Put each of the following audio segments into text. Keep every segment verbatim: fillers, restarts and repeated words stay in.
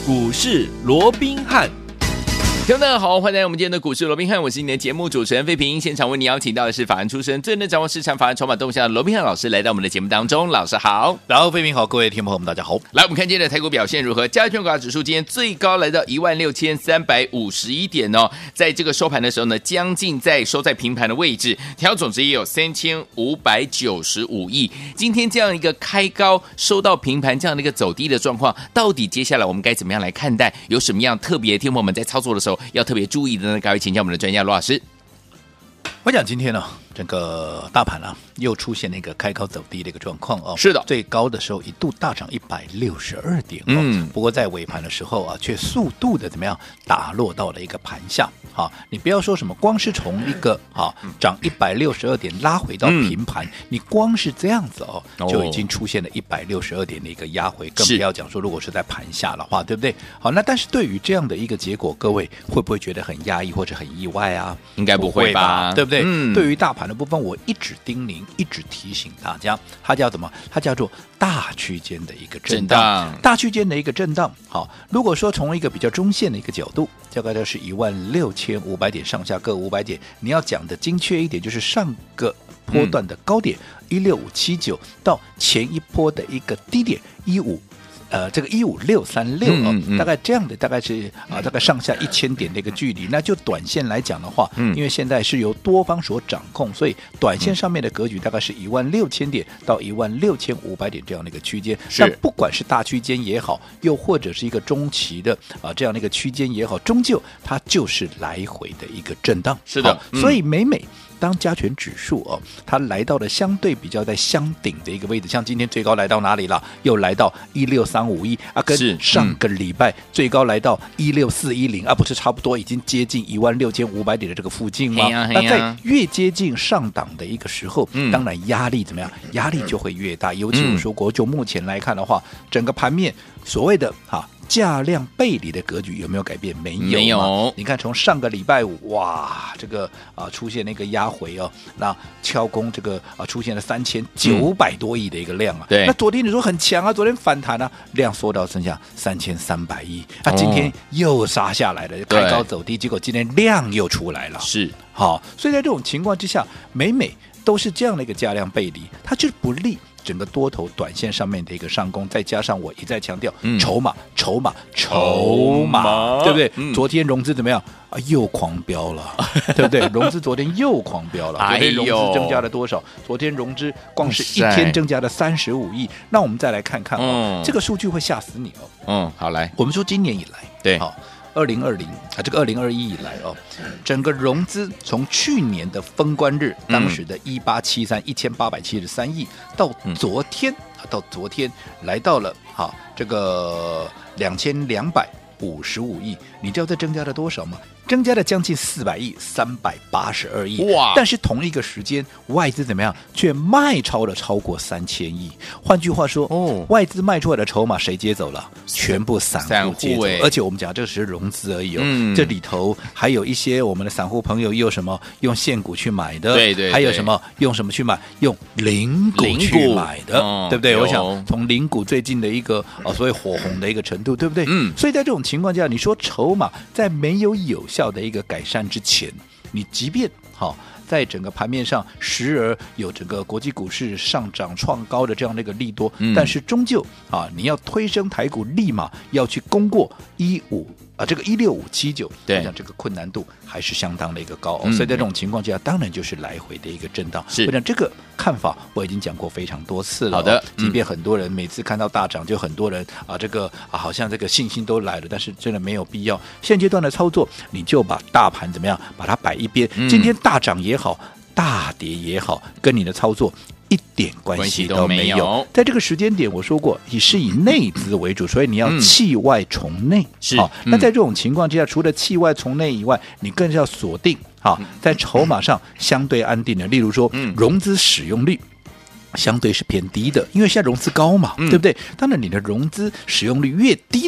股市罗宾汉。 听众大家好，欢迎来到我们今天的股市罗宾汉，我是你的节目主持人费平。现场为你邀请到的是法案出身、最能掌握市场法案筹码动向的罗宾汉老师，来到我们的节目当中。老师好。 然后费平好，各位听众朋友们大家好。 来，我们看今天的台股表现如何？加权股价指数今天最高来到一万六千三百五十一点哦，在这个收盘的时候呢，将近在收在平盘的位置，调总值也有三千五百九十五亿。今天这样一个开高收到平盘这样的一个走低的状况，到底接下来我们该怎么样来看待？有什么样特别听众朋友们在操作的时候要特别注意的呢？赶快请教我们的专家罗老师。 我讲今天呢，整个大盘啊又出现了一个开高走低的一个状况哦。 是的， 最高的时候一度大涨一百六十二点哦。 嗯， 不过在尾盘的时候啊，却速度的怎么样打落到了一个盘下。好，你不要说什么，光是从一个好涨一百六十二点拉回到平盘，嗯、你光是这样子哦，就已经出现了一百六十二点的一个压回，更不要讲说如果是在盘下的话，对不对？好，那但是对于这样的一个结果，各位会不会觉得很压抑或者很意外啊？ 应该不会吧， 对不对？ 嗯， 对于大盘的部分，我一直叮咛，一直提醒大家，它叫什么？它叫做大区间的一个震荡，大区间的一个震荡。好，如果说从一个比较中线的一个角度，大概就是一万六千五百点上下各五百点，你要讲的精确一点，就是上个波段的高点一六五七九到前一波的一个低点一五。呃，这个一五六三六哦，大概这样的，大概是啊、呃，大概上下一千点的一个距离。那就短线来讲的话，嗯，因为现在是由多方所掌控，所以短线上面的格局大概是一万六千点到一万六千五百点这样的一个区间。但不管是大区间也好，又或者是一个中期的啊、呃、这样的一个区间也好，终究它就是来回的一个震荡。 是的， 嗯、所以每每当加权指数哦，它来到了相对比较在相顶的一个位置，像今天最高来到哪里了？又来到一六三五一啊，跟上个礼拜最高来到一六四一零啊，不是差不多已经接近一万六千五百点的这个附近吗？ 啊、 那在越接近上档的一个时候， 嗯、 当然压力怎么样？压力就会越大。尤其我说过，就目前来看的话，整个盘面所谓的哈。价量背离的格局有没有改变？没有， 没有。 你看，从上个礼拜五，哇，这个啊出现那个压回哦，那敲攻这个啊出现了三千九百多亿的一个量啊。 对、嗯。 那昨天你说很强啊，昨天反弹啊，量缩到剩下三千三百亿，啊，今天又杀下来了，哦、开高走低，结果今天量又出来了。 是， 好，所以在这种情况之下，每每都是这样的一个价量背离，它就是不利整个多头短线上面的一个上攻，再加上我一再强调，嗯、筹码、筹码、筹码，对不对？嗯、昨天融资怎么样啊？又狂飙了，对不对？融资昨天又狂飙了，昨天融资增加了多少？昨天融资光是一天增加了三十五亿。那我们再来看看哦，嗯、这个数据会吓死你哦。 嗯，好来， 我们说今年以来， 对， 好。二零二零啊，这个二零二一以来哦，整个融资从去年的封关日，嗯、当时的一八七三一千八百七十三亿，到昨天啊，嗯、到昨天来到了哈、啊、这个两千两百五十五亿，你知道这增加了多少吗？增加了将近四百亿，三百八十二亿。哇！但是同一个时间，外资怎么样？却卖超了超过三千亿。换句话说，哦，外资卖出来的筹码谁接走了？全部散户接走。而且我们讲这个是融资而已哦，嗯、这里头还有一些我们的散户朋友用什么用现股去买的， 对 对, 对， 还有什么用什么去买？用零股去买的， 哦、 对不对？我想从零股最近的一个啊，所谓火红的一个程度，对不对？嗯。所以在这种情况下，你说筹码在没有有效的一个改善之前，你即便好、哦、在整个盘面上时而有整个国际股市上涨创高的这样的一个利多，嗯、但是终究啊，你要推升台股，立马要去攻过一五啊这个一六五七九， 对， 我想这个困难度还是相当的一个高、哦嗯、所以在这种情况之下，当然就是来回的一个震荡。 是， 我想这个看法我已经讲过非常多次了、哦。 好的， 即便很多人每次看到大涨，就很多人啊这个啊好像这个信心都来了，但是真的没有必要。现阶段的操作，你就把大盘怎么样，把它摆一边。嗯、今天大涨也好，大跌也好，跟你的操作一点关系都没有。没有在这个时间点，我说过，你是以内资为主，所以你要弃外从内。 是、 好、嗯，那在这种情况之下，除了弃外从内以外，你更是要锁定好，在筹码上相对安定的，例如说，嗯、融资使用率。相对是偏低的，因为现在融资高嘛，嗯、对不对？当然，你的融资使用率越低的，它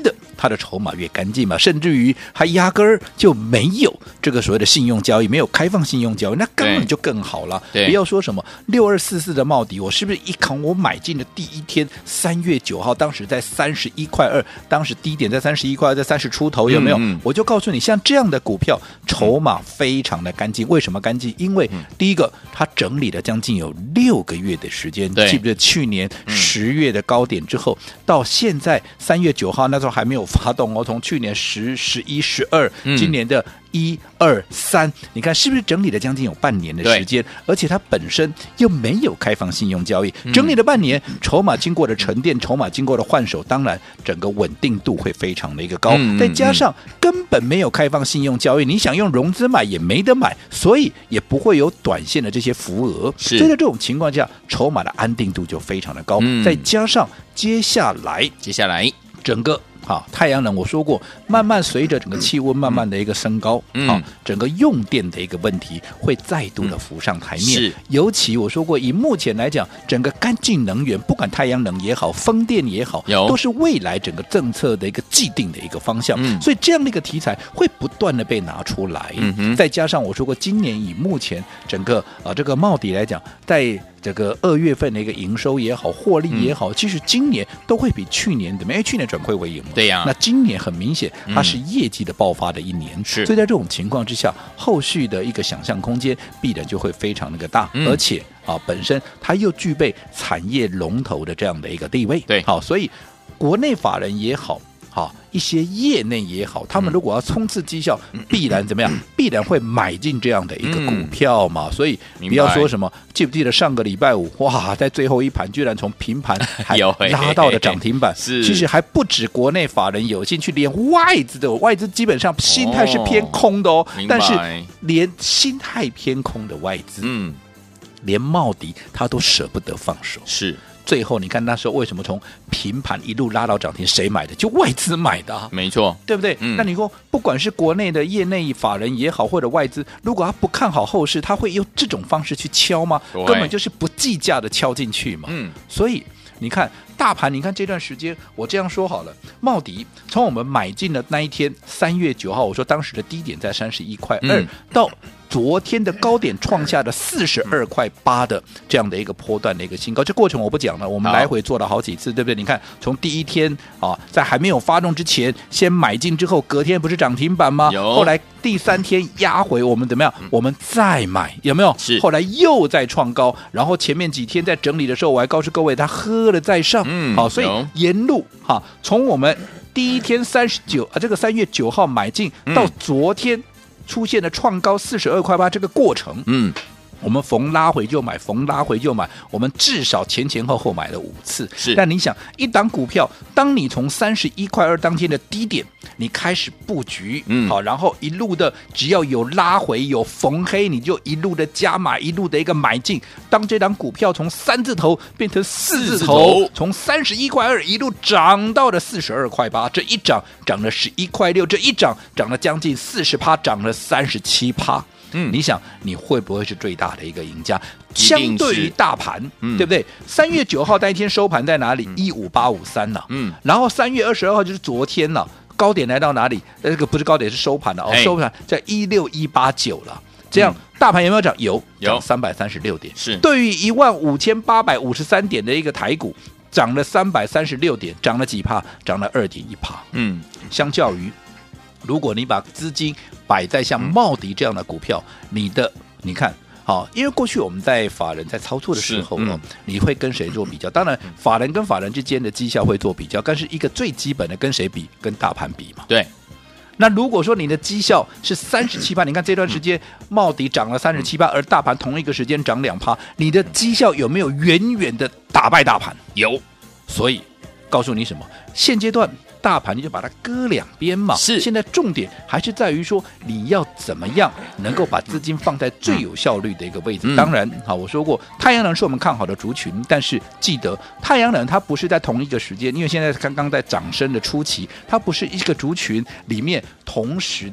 它的筹码越干净嘛，甚至于它压根儿就没有这个所谓的信用交易，没有开放信用交易，那根本就更好了。不要说什么六二四四的茂迪，我是不是一扛我买进的第一天三月九号，当时在三十一块二，当时低点在三十一块，在三十出头，有没有？嗯嗯我就告诉你，像这样的股票筹码非常的干净。为什么干净？因为第一个它整理了将近有六个月的时间，记不记得去年十月的高点之后，嗯、到现在三月九号那时候还没有发动哦，从去年十、十一、十二，今年的一二三，你看是不是整理了将近有半年的时间？而且它本身又没有开放信用交易，整理了半年，筹码经过了沉淀，筹码经过了换手，当然整个稳定度会非常的一个高。嗯、再加上根本没有开放信用交易，你想用融资买也没得买，所以也不会有短线的这些浮额。所以在这种情况下，筹码的安定度就非常的高。嗯、再加上接下来， 接下来整个。好，太阳能我说过，慢慢随着整个气温慢慢的一个升高，嗯、好，整个用电的一个问题会再度的浮上台面。嗯、尤其我说过，以目前来讲，整个干净能源，不管太阳能也好，风电也好，都是未来整个政策的一个既定的一个方向。嗯、所以这样的一个题材会不断的被拿出来。嗯、再加上我说过，今年以目前整个啊、呃、这个茂迪来讲，在这个二月份的一个营收也好，获利也好，嗯、其实今年都会比去年怎么样？因为去年转亏为盈嘛。 对呀、啊。 那今年很明显，它是业绩的爆发的一年。是、嗯。所以在这种情况之下，后续的一个想象空间必然就会非常那个大，嗯、而且啊，本身它又具备产业龙头的这样的一个地位。 对。 好，所以国内法人也好。好，一些业内也好，他们如果要冲刺绩效，嗯、必然怎么样？必然会买进这样的一个股票嘛。嗯、所以不要说什么，记不记得上个礼拜五，哇，在最后一盘居然从平盘还拉到了涨停板。 是， 其实还不止国内法人有兴趣，连外资的外资基本上心态是偏空的哦。哦但是连心态偏空的外资，嗯，连茂迪他都舍不得放手。 是。 最后你看那时候为什么从平盘一路拉到涨停，谁买的？就外资买的、啊、 没错， 对不对？嗯、那你说不管是国内的业内法人也好，或者外资，如果他不看好后市，他会用这种方式去敲吗？根本就是不计价的敲进去嘛。嗯，所以你看大盘，你看这段时间，我这样说好了，茂迪从我们买进的那一天三月九号，我说当时的低点在三十一块二、嗯、到昨天的高点创下的四十二块八的这样的一个波段的一个新高，这过程我不讲了，我们来回做了好几次，对不对？你看从第一天啊，在还没有发动之前先买进之后，隔天不是涨停板吗？后来第三天压回，我们怎么样？我们再买，有没有？ 是。 后来又再创高，然后前面几天在整理的时候，我还告诉各位，它喝了再上，嗯，好，所以沿路哈，从我们第一天三十九啊，这个三月九号买进到昨天。嗯出现了创高四十二块八这个过程，嗯，我们逢拉回就买，逢拉回就买，我们至少前前后后买了五次。 是， 但你想，一档股票，当你从三十一块二当天的低点，你开始布局，嗯，好，然后一路的只要有拉回有逢黑，你就一路的加码，一路的一个买进。当这档股票从三字头变成四字头，从三十一块二一路涨到了四十二块八，这一涨涨了十一块六，这一涨涨了将近四十趴，涨了三十七趴。嗯，你想你会不会是最大的一个赢家？相对于大盘，嗯、对不对？三月九号那一天收盘在哪里？一五八五三呢？嗯，然后三月二十二号就是昨天了，高点来到哪里？这个不是高点，是收盘了哦，收盘在一六一八九了。这样、嗯、大盘有没有涨？有，涨三百三十六点。是对于一万五千八百五十三点的一个台股，涨了三百三十六点，涨了几趴？涨了二点一趴。嗯，相较于。如果你把资金摆在像茂迪这样的股票，嗯、你的你看，好，因为过去我们在法人在操作的时候，嗯、你会跟谁做比较？当然，法人跟法人之间的绩效会做比较，但是一个最基本的跟谁比？跟大盘比嘛。 对。 那如果说你的绩效是三十七趴，你看这段时间茂迪涨了三十七趴，而大盘同一个时间涨两趴，你的绩效有没有远远的打败大盘？ 有。 所以告诉你什么？现阶段。大盘你就把它搁两边嘛， 是。 现在重点还是在于说你要怎么样能够把资金放在最有效率的一个位置。嗯、当然，好，我说过太阳能是我们看好的族群，但是记得太阳能它不是在同一个时间，因为现在刚刚在涨升的初期，它不是一个族群里面同时的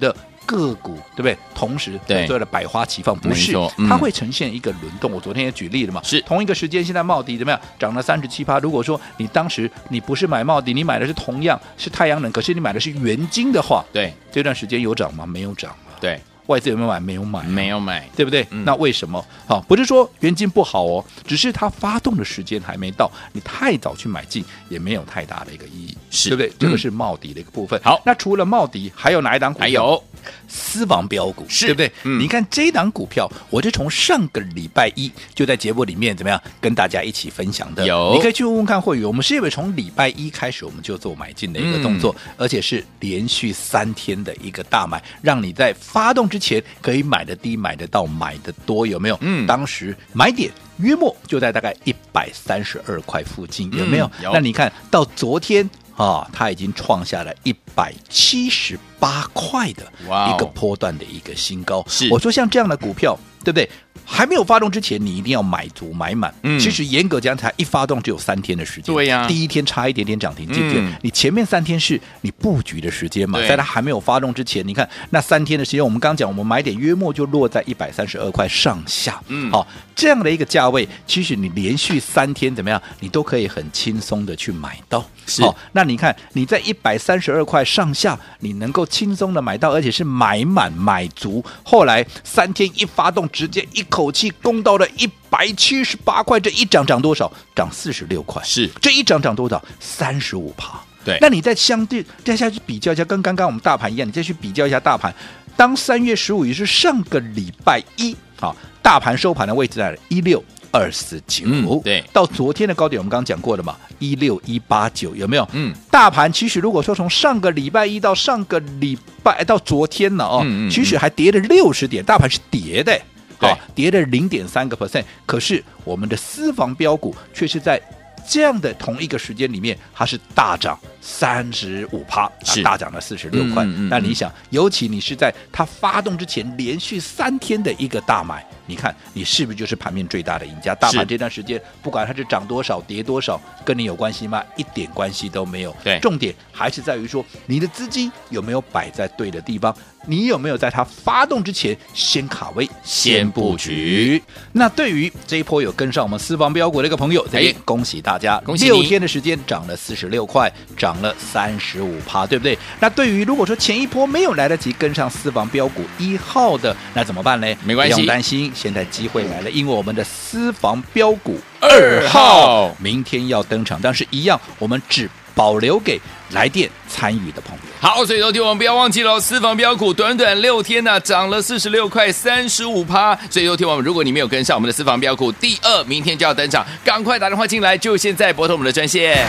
个股对不对？同时对所谓的百花齐放，不是， 嗯、 它会呈现一个轮动。我昨天也举例了嘛， 是同一个时间，现在茂迪怎么样？涨了三十七趴。如果说你当时你不是买茂迪，你买的是同样是太阳能，可是你买的是元晶的话， 对， 这段时间有涨吗？没有涨嘛。 对。 外资有没有买？没有买， 没有买， 对不对？嗯、那为什么？好，不是说元晶不好哦，只是它发动的时间还没到，你太早去买进也没有太大的一个意义， 是对不对？ 嗯、 这个是茂迪的一个部分。 好， 那除了茂迪，还有哪一档股票？ 还有私房标股， 是对不对？ 嗯、 你看这档股票，我是从上个礼拜一就在节目里面怎么样跟大家一起分享的。 有， 你可以去问问看会员，我们是因为从礼拜一开始我们就做买进的一个动作，嗯、而且是连续三天的一个大买，让你在发动之前可以买的低，买得到，买的多，有没有？嗯，当时买点约莫就在大概一百三十二块附近，有没有？ 嗯、有。 那你看到昨天啊，它已经创下了一百七十八块的一个波段的一个新高。 是， 我说像这样的股票，对不对？还没有发动之前，你一定要买足买满。嗯，其实严格讲，才一发动只有三天的时间。 对呀、啊， 第一天差一点点涨停，记不记得？你前面三天是你布局的时间嘛，在它还没有发动之前，你看那三天的时间，我们刚讲，我们买点约莫就落在一百三十二块上下。嗯，好、哦，这样的一个价位，其实你连续三天怎么样，你都可以很轻松的去买到。 是， 哦，那你看你在一百三十二块上下，你能够轻松的买到，而且是买满买足。后来三天一发动，直接一口气攻到了一百七十八块，这一涨涨多少？涨四十六块。 是， 这一涨涨多少？三十五趴。 对， 那你再相对再下去比较一下，跟刚刚我们大盘一样，你再去比较一下大盘。当三月十五，也是上个礼拜一，好，大盘收盘的位置在一六二四九， 对， 到昨天的高点我们刚刚讲过了嘛，一六一八九，有没有？嗯，大盘其实如果说从上个礼拜一到上个礼拜到昨天呢，哦，嗯嗯嗯其实还跌了六十点，大盘是跌的。好，跌了 零点三个百分点， 可是我们的私房标股却是在这样的同一个时间里面，它是大涨三十五趴，是大涨了四十六块。嗯嗯嗯那你想，尤其你是在它发动之前连续三天的一个大买，你看你是不是就是盘面最大的赢家？大盘这段时间不管它是涨多少跌多少，跟你有关系吗？一点关系都没有。 对， 重点还是在于说你的资金有没有摆在对的地方。你有没有在它发动之前先卡位、先布局？那对于这一波有跟上我们私房标股的一个朋友，这边恭喜大家， 恭喜六天的时间涨了四十六块，涨了三十五趴，对不对？那对于如果说前一波没有来得及跟上私房标股一号的，那怎么办呢？ 没关系， 不用担心，现在机会来了，因为我们的私房标股二号明天要登场，但是一样，我们只保留给来电参与的朋友。 好，所以昨天我们不要忘记了，私房标股短短六天呢、啊，涨了四十六块三十五趴。所以昨天我们，如果你没有跟上我们的私房标股第二，明天就要登场，赶快打电话进来，就现在拨通我们的专线。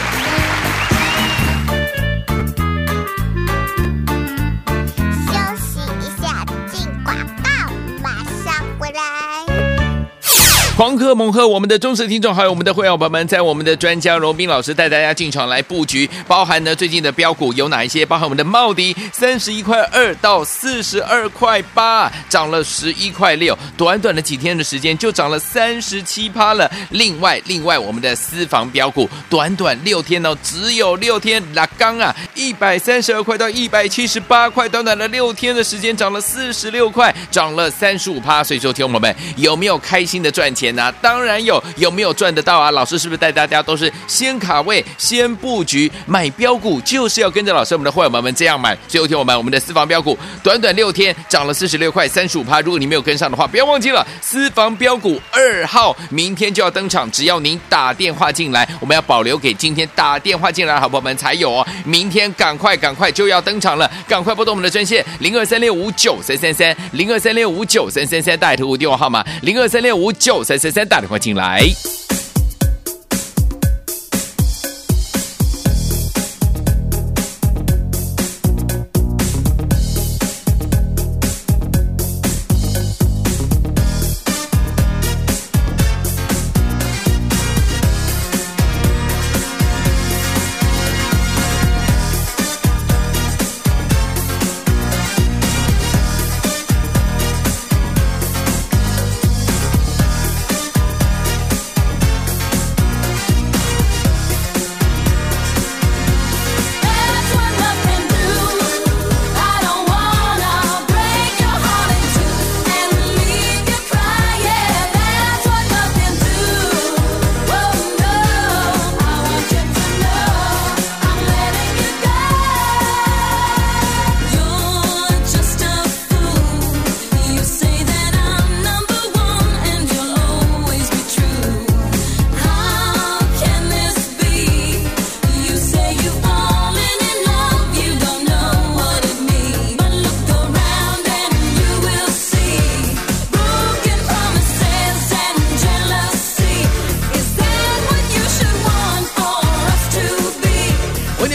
狂贺猛贺我们的忠实听众，还有我们的会员朋友们，在我们的专家荣斌老师带大家进场来布局，包含呢最近的标股有哪一些？包含我们的茂迪三十一块二到四十二块八，涨了十一块六，短短的几天的时间就涨了三十七趴了。另外，另外我们的私房标股，短短六天哦，只有六天，拉刚啊，一百三十二块到一百七十八块，短短的六天的时间涨了四十六块，涨了三十五趴。所以说，听我们有没有开心的赚钱？啊、当然有，有没有赚得到啊？老师是不是带大家都是先卡位、先布局，买标股就是要跟着老师我们的会员们这样买。最后听我们我们的私房标股，短短六天涨了四十六块三十五趴。如果你没有跟上的话，不要忘记了私房标股二号明天就要登场，只要您打电话进来，我们要保留给今天打电话进来的好朋友们才有哦。明天赶快赶快就要登场了，赶快拨动我们的专线零二三六五九三三三零二三六五九三三三，大海图五电话号码零二三六五九三三三，打电话进来。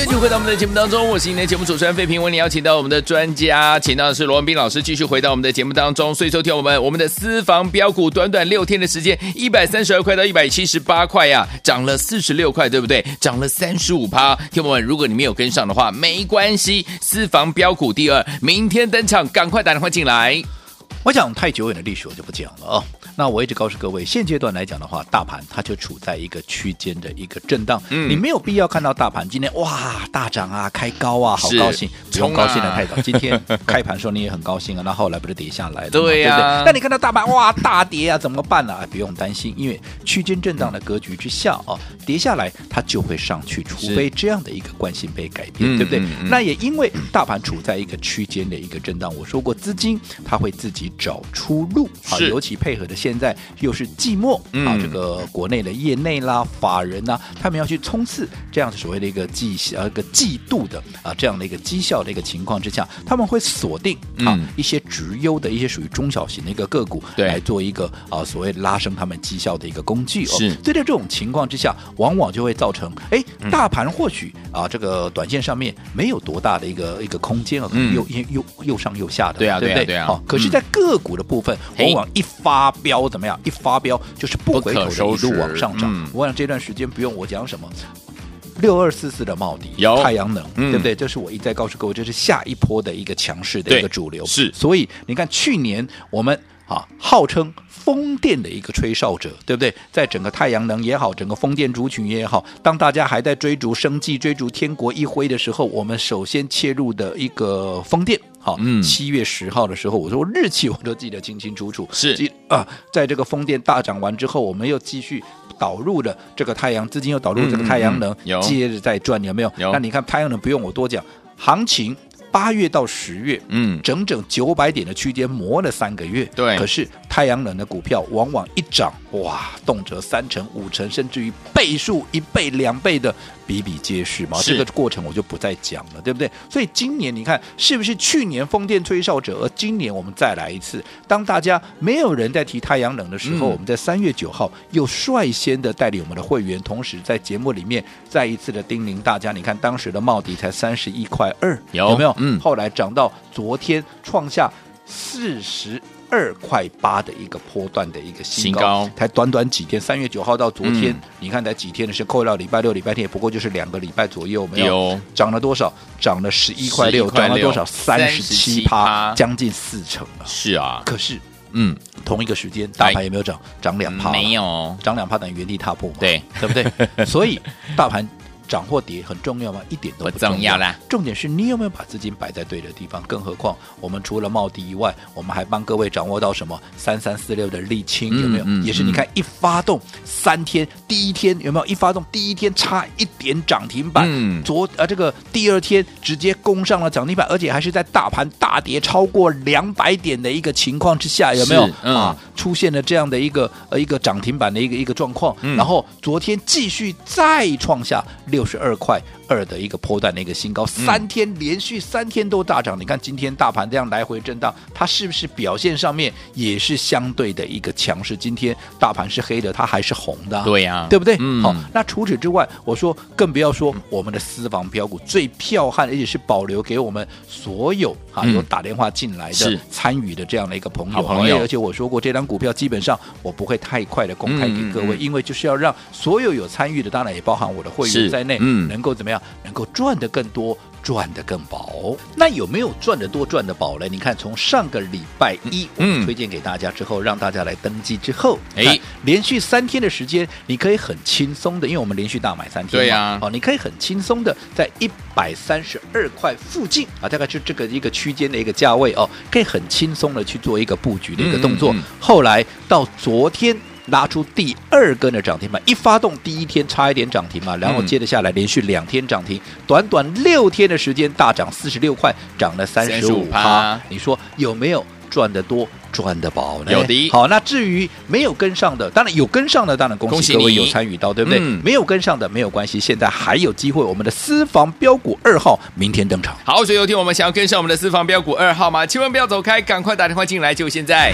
继续回到我们的节目当中，我是今天的节目主持人费平，为你邀请到我们的专家，请到的是罗文彬老师，继续回到我们的节目当中。所以收听我们我们的私房标股，短短六天的时间，一百三十二块到一百七十八块呀，涨了四十六块，对不对？涨了三十五趴。听众们，如果你没有跟上的话，没关系，私房标股第二，明天登场，赶快打电话进来。 我讲太久远的历史我就不讲了哦。那我一直告诉各位，现阶段来讲的话，大盘它就处在一个区间的一个震荡，嗯、你没有必要看到大盘今天哇大涨啊，开高啊，好高兴，不用高兴的太早。今天开盘的时候你也很高兴啊，那后来不是跌下来了， 对呀、啊， 对不对？那你看到大盘哇大跌啊，怎么办呢、啊？不用担心，因为区间震荡的格局之下哦，跌下来它就会上去，除非这样的一个惯性被改变，对不对？嗯嗯、那也因为大盘处在一个区间的一个震荡，我说过资金它会自己找出路啊，尤其配合的现在又是季末、嗯、啊，这个国内的业内啦、法人呐、啊，他们要去冲刺这样所谓的一个季呃一个季度的啊这样的一个绩效的一个情况之下，他们会锁定啊、嗯、一些直优的一些属于中小型的一个个股来做一个啊所谓拉升他们绩效的一个工具哦。是，所以在这种情况之下，往往就会造成哎大盘或许啊这个短线上面没有多大的一个一个空间啊，嗯、又又又上又下的， 对啊对不对？ 对啊。 好，可是，在个股的部分，往往一发飙怎么样？一发飙就是不回头的一路往上涨。嗯、我想这段时间不用我讲什么。六二四四的茂迪，太阳能、嗯，对不对？这是我一再告诉各位，这是下一波的一个强势的一个主流。 是， 所以你看，去年我们啊号称风电的一个吹哨者，对不对？在整个太阳能也好，整个风电族群也好，当大家还在追逐生技、追逐天国一辉的时候，我们首先切入的一个风电。好，嗯，七月十号的时候，我说日期我都记得清清楚楚。 是啊，在这个风电大涨完之后，我们又继续导入了这个太阳资金，又导入这个太阳能，嗯嗯、接着再赚，有没有？ 有。 那你看太阳能不用我多讲，行情。八月到十月，嗯，整整九百点的区间磨了三个月， 对。 可是太阳能的股票往往一涨，哇，动辄三成、五成，甚至于倍数一倍、两倍的比比皆是嘛。这个过程我就不再讲了，对不对？所以今年你看是不是去年风电吹哨者，而今年我们再来一次，当大家没有人在提太阳能的时候，嗯、我们在三月九号又率先的带领我们的会员，同时在节目里面再一次的叮咛大家，你看当时的茂迪才三十一块二，有没有？嗯，后来涨到昨天创下四十二块八的一个波段的一个新高，新高才短短几天，三月九号到昨天，嗯、你看才几天的是扣到礼拜六、礼拜天，也不过就是两个礼拜左右，没有涨了多少？涨了十一块六，涨了多少？三十七趴，将近四成了。 是啊， 可是。嗯，同一个时间，大盘有没有涨？涨两趴？ 没有， 涨两趴等于原地踏步嘛？ 对， 对不对？所以大盘涨或跌很重要吗？一点都不重要啦。重点是你有没有把资金摆在对的地方？更何况我们除了茂迪以外，我们还帮各位掌握到什么三三四六的沥青，有没有？嗯嗯、也是你看一发动三天，第一天有没有一发动第一天差一点涨停板？嗯、昨呃这个第二天直接攻上了涨停板，而且还是在大盘大跌超过两百点的一个情况之下，有没有、嗯、啊？出现了这样的一个呃一个涨停板的一个一个状况，嗯、然后昨天继续再创下六十二块二的一个波段的一个新高，三天连续三天都大涨。你看今天大盘这样来回震荡，它是不是表现上面也是相对的一个强势？今天大盘是黑的，它还是红的、啊， 对呀、啊， 对不对？嗯、好，那除此之外，我说更不要说我们的私房标股最彪悍，而且是保留给我们所有啊有打电话进来的、嗯、参与的这样的一个朋友。 朋友， 而且我说过，这张股票基本上我不会太快的公开给各位，嗯、因为就是要让所有有参与的，当然也包含我的会员在内，嗯、能够怎么样？能够赚得更多，赚得更饱。那有没有赚得多赚得饱呢？你看从上个礼拜一我们推荐给大家之后、嗯、让大家来登记之后，哎，连续三天的时间你可以很轻松的，因为我们连续大买三天嘛， 对啊， 哦，你可以很轻松的在一百三十二块附近啊，大概就这个一个区间的一个价位哦，可以很轻松的去做一个布局的一个动作、嗯嗯、后来到昨天拉出第二根的涨停板，一发动第一天差一点涨停嘛，然后接着下来连续两天涨停，短短六天的时间大涨四十六块，涨了三十五趴。你说有没有赚得多赚得饱呢？ 有的。 好，那至于没有跟上的，当然有跟上的，当然恭喜各位有参与到，对不对？嗯、没有跟上的没有关系，现在还有机会，我们的私房标股二号明天登场。 好，所以有听我们想要跟上我们的私房标股二号吗？千万不要走开，赶快打电话进来，就现在。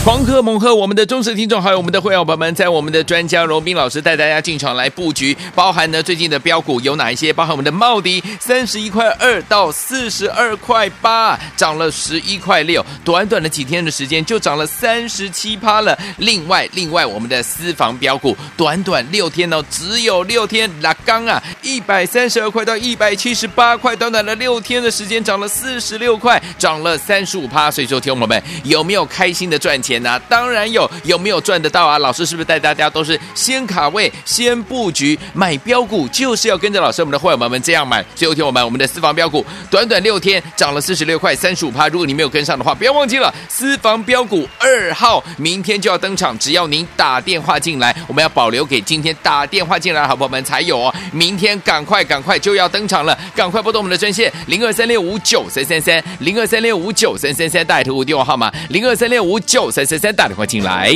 狂贺猛贺我们的忠实听众还有我们的会员朋友们，在我们的专家荣斌老师带大家进场来布局，包含呢最近的标股有哪一些？包含我们的茂迪三十一块二到四十二块八，涨了十一块六，短短的几天的时间就涨了三十七趴了。另外，另外我们的私房标股，短短六天哦，只有六天，拉刚啊，一百三十二块到一百七十八块，短短的六天的时间涨了四十六块，涨了三十五趴。所以说，听众朋友们有没有开心的赚钱？当然有，有没有赚得到啊？老师是不是带大家都是先卡位、先布局，买标股就是要跟着老师我们的会员们这样买。最后天我们我们的私房标股，短短六天涨了四十六块，三十五趴。如果你没有跟上的话，不要忘记了私房标股二号明天就要登场，只要您打电话进来，我们要保留给今天打电话进来的好朋友们才有哦。明天赶快赶快就要登场了，赶快拨动我们的专线零二三六五九三三三零二三六五九三三三大头电话号码零二三六五九三三三打电话进来。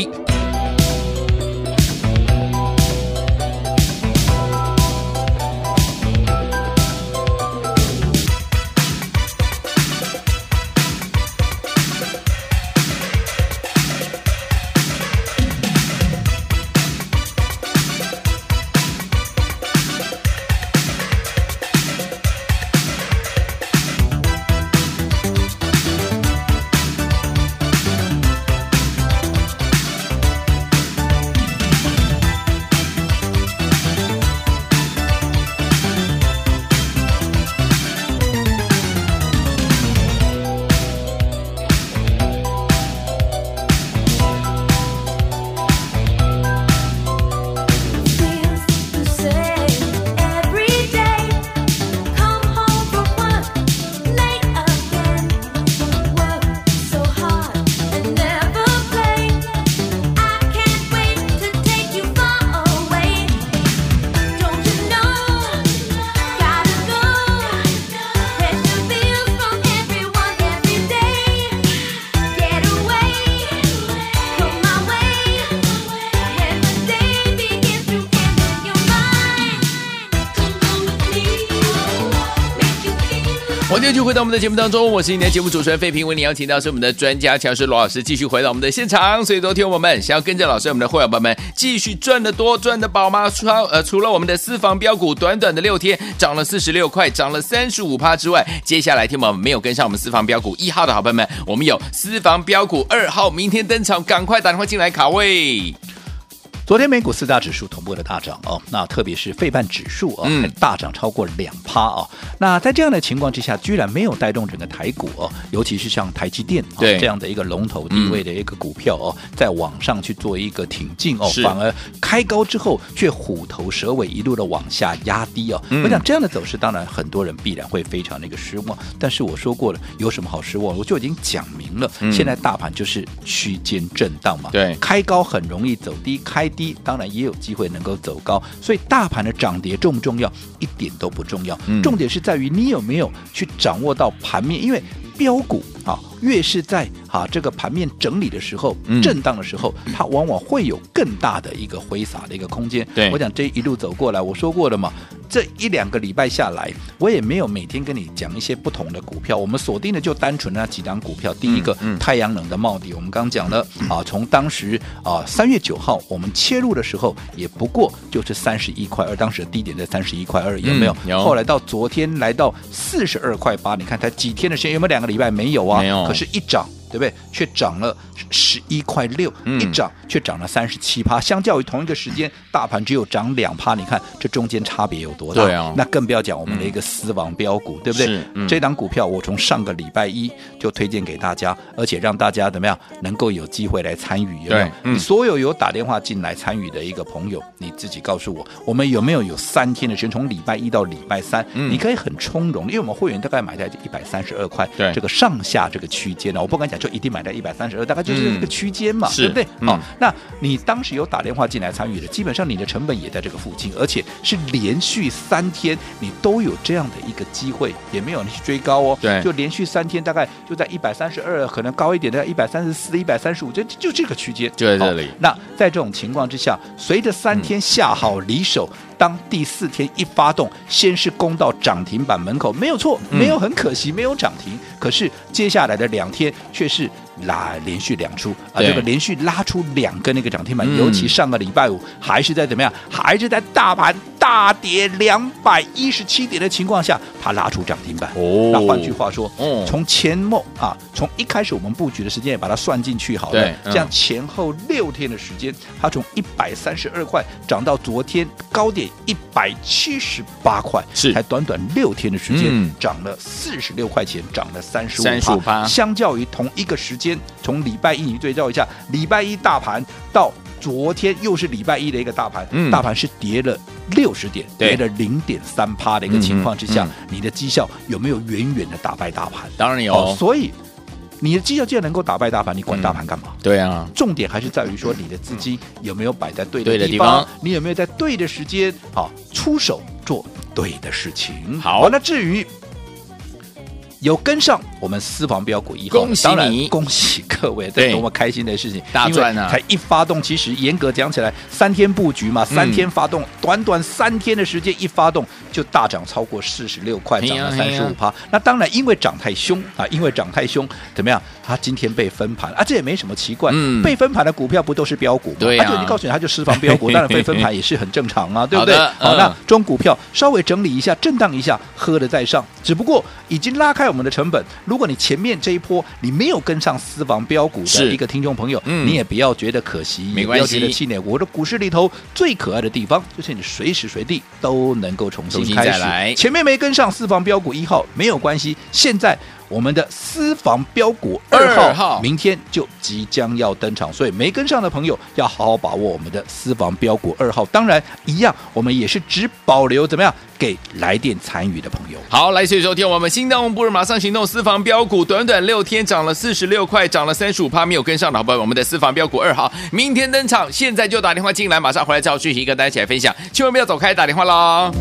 欢迎继续回到我们的节目当中，我是你的节目主持人费平，为你邀请到是我们的专家强势罗老师，继续回到我们的现场。所以昨天我们想要跟着老师我们的会员朋友们继续赚得多赚得饱吗？除呃除了我们的私房标股短短的六天涨了四十六块，涨了三十五趴之外，接下来听我们没有跟上我们私房标股一号的好朋友们，我们有私房标股二号明天登场，赶快打电话进来卡位。 昨天美股四大指数同步的大涨哦，那特别是费半指数哦，嗯、大涨超过两趴哦。那在这样的情况之下，居然没有带动整个台股哦，尤其是像台积电、哦、这样的一个龙头地位的一个股票哦，嗯、在往上去做一个挺进哦，反而开高之后却虎头蛇尾，一路的往下压低哦。嗯、我想这样的走势，当然很多人必然会非常的一个失望。但是我说过了，有什么好失望？我就已经讲明了，嗯、现在大盘就是区间震荡嘛， 对， 开高很容易走低，开低当然也有机会能够走高，所以大盘的涨跌重不重要？一点都不重要，嗯、重点是在于你有没有去掌握到盘面，因为标股啊，越是在啊这个盘面整理的时候、嗯、震荡的时候，它往往会有更大的一个挥洒的一个空间。 对， 我讲这一路走过来，我说过了嘛，这一两个礼拜下来，我也没有每天跟你讲一些不同的股票，我们锁定的就单纯那几档股票。第一个，嗯嗯、太阳能的茂迪，我们刚讲了啊，从当时啊三月九号我们切入的时候，也不过就是三十一块二，当时的低点在三十一块二，有没有？ 嗯、有。 后来到昨天来到四十二块八，你看才几天的时间，有没有两个礼拜？没有啊， 没有。 可是，一涨。对不对？却涨了十一块六，一涨却涨了三十七趴。相较于同一个时间，大盘只有涨两趴，你看这中间差别有多大？ 对啊， 那更不要讲我们的一个私房标股，嗯、对不对？嗯、这档股票我从上个礼拜一就推荐给大家，而且让大家怎么样能够有机会来参与？有没有？对，嗯、你所有有打电话进来参与的一个朋友，你自己告诉我，我们有没有有三天的时间，从礼拜一到礼拜三，嗯、你可以很从容，因为我们会员大概买在一百三十二块， 对这个上下这个区间呢，我不敢讲就一定买在一百三十二，大概就是这个区间嘛， 嗯、 对不对？ 嗯、 好，那你当时有打电话进来参与的，基本上你的成本也在这个附近，而且是连续三天你都有这样的一个机会，也没有你去追高哦， 对， 就连续三天大概就在一百三十二，可能高一点的一百三十四、一百三十五，就就这个区间， 就在这里。 那在这种情况之下，随着三天下好离手。嗯当第四天一发动，先是攻到涨停板门口，没有错，没有很可惜，没有涨停。可是接下来的两天却是拉连续两出啊，这个连续拉出两根那个涨停板，尤其上个礼拜五还是在怎么样，还是在大盘大跌两百一十七点的情况下，它拉出涨停板。哦，那换句话说，哦，从前末啊，从一开始我们布局的时间也把它算进去好了，对，嗯、这样前后六天的时间，它从一百三十二块涨到昨天高点一百七十八块，是才短短六天的时间，嗯、涨了四十六块钱，涨了三十五趴，相较于同一个时间，从礼拜一你对照一下，礼拜一大盘到昨天又是礼拜一的一个大盘，嗯、大盘是跌了六十点，跌了零点三趴的一个情况之下，嗯嗯、你的绩效有没有远远的打败大盘？ 当然有， 哦、所以你的绩效既然能够打败大盘，你管大盘干嘛？ 嗯、对啊， 重点还是在于说你的资金有没有摆在对的地方，对的地方你有没有在对的时间好出手做对的事情。好，好那至于有跟上我们私房标股一号， 恭喜当然恭喜各位，这多么开心的事情， 大赚啊！ 才一发动，其实严格讲起来，三天布局嘛，三天发动，嗯、短短三天的时间一发动就大涨超过四十六块，涨了三十五趴。那当然，因为涨太凶啊，因为涨太凶，怎么样？它今天被分盘啊，这也没什么奇怪。嗯、被分盘的股票不都是标股吗？对、啊，他就已经告诉你，它就私房标股，当然被分盘也是很正常啊，对不对？好, 好，那中股票稍微整理一下，震荡一下，喝了再上，只不过已经拉开我们的成本。如果你前面这一波你没有跟上私房标股的一个听众朋友，嗯、你也不要觉得可惜， 没关系， 也不要觉得气馁。我的股市里头最可爱的地方，就是你随时随地都能够重新开始。 来前面没跟上私房标股一号没有关系，现在我们的私房标股二号, 号明天就即将要登场，所以没跟上的朋友要好好把握我们的私房标股二号。当然一样，我们也是只保留怎么样给来电参与的朋友。 好，来，所以收听我们心动不如马上行动，私房标股短短六天涨了四十六块，涨了三十五趴，没有跟上的好朋友，我们的私房标股二号明天登场，现在就打电话进来，马上回来找讯息跟大家一起来分享，千万不要走开，打电话咯。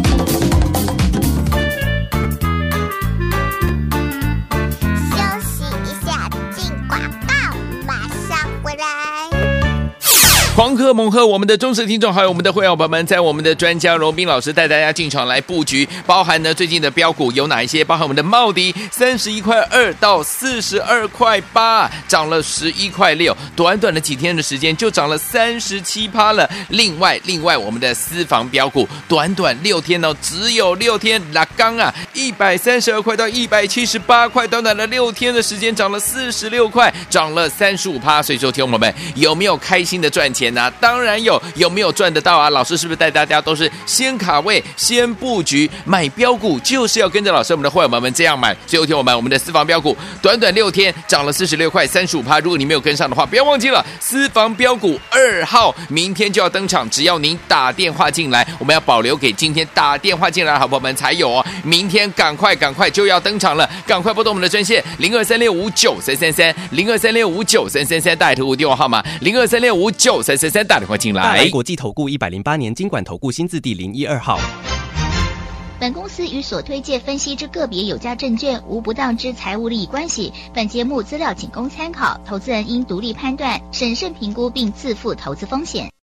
狂喝猛喝，我们的忠实听众还有我们的会员朋友们，在我们的专家荣斌老师带大家进场来布局，包含呢最近的标股有哪一些？包含我们的茂迪三十一块二到四十二块八，涨了十一块六，短短的几天的时间就涨了三十七趴了。另外，另外我们的私房标股，短短六天哦，只有六天，拉刚啊，一百三十二块到一百七十八块，短短的六天的时间涨了四十六块，涨了三十五趴。所以说，听我们有没有开心的赚钱？当然有，有没有赚得到啊？老师是不是带大家都是先卡位、先布局，买标股就是要跟着老师我们的会员们这样买。最后听我们我们的私房标股，短短六天涨了四十六块，三十五趴。如果你没有跟上的话，不要忘记了私房标股二号明天就要登场，只要您打电话进来，我们要保留给今天打电话进来的好朋友们才有哦。明天赶快赶快就要登场了，赶快拨动我们的专线零二三六五九三三三零二三六五九三三三，大爱投顾电话号码零二三六五九三三三，打电话进来。 大来国际投顾一百零八年金管投顾新字第零一二号。 本公司与所推介分析之个别有价证券无不当之财务利益关系。本节目资料仅供参考，投资人应独立判断、审慎评估并自负投资风险。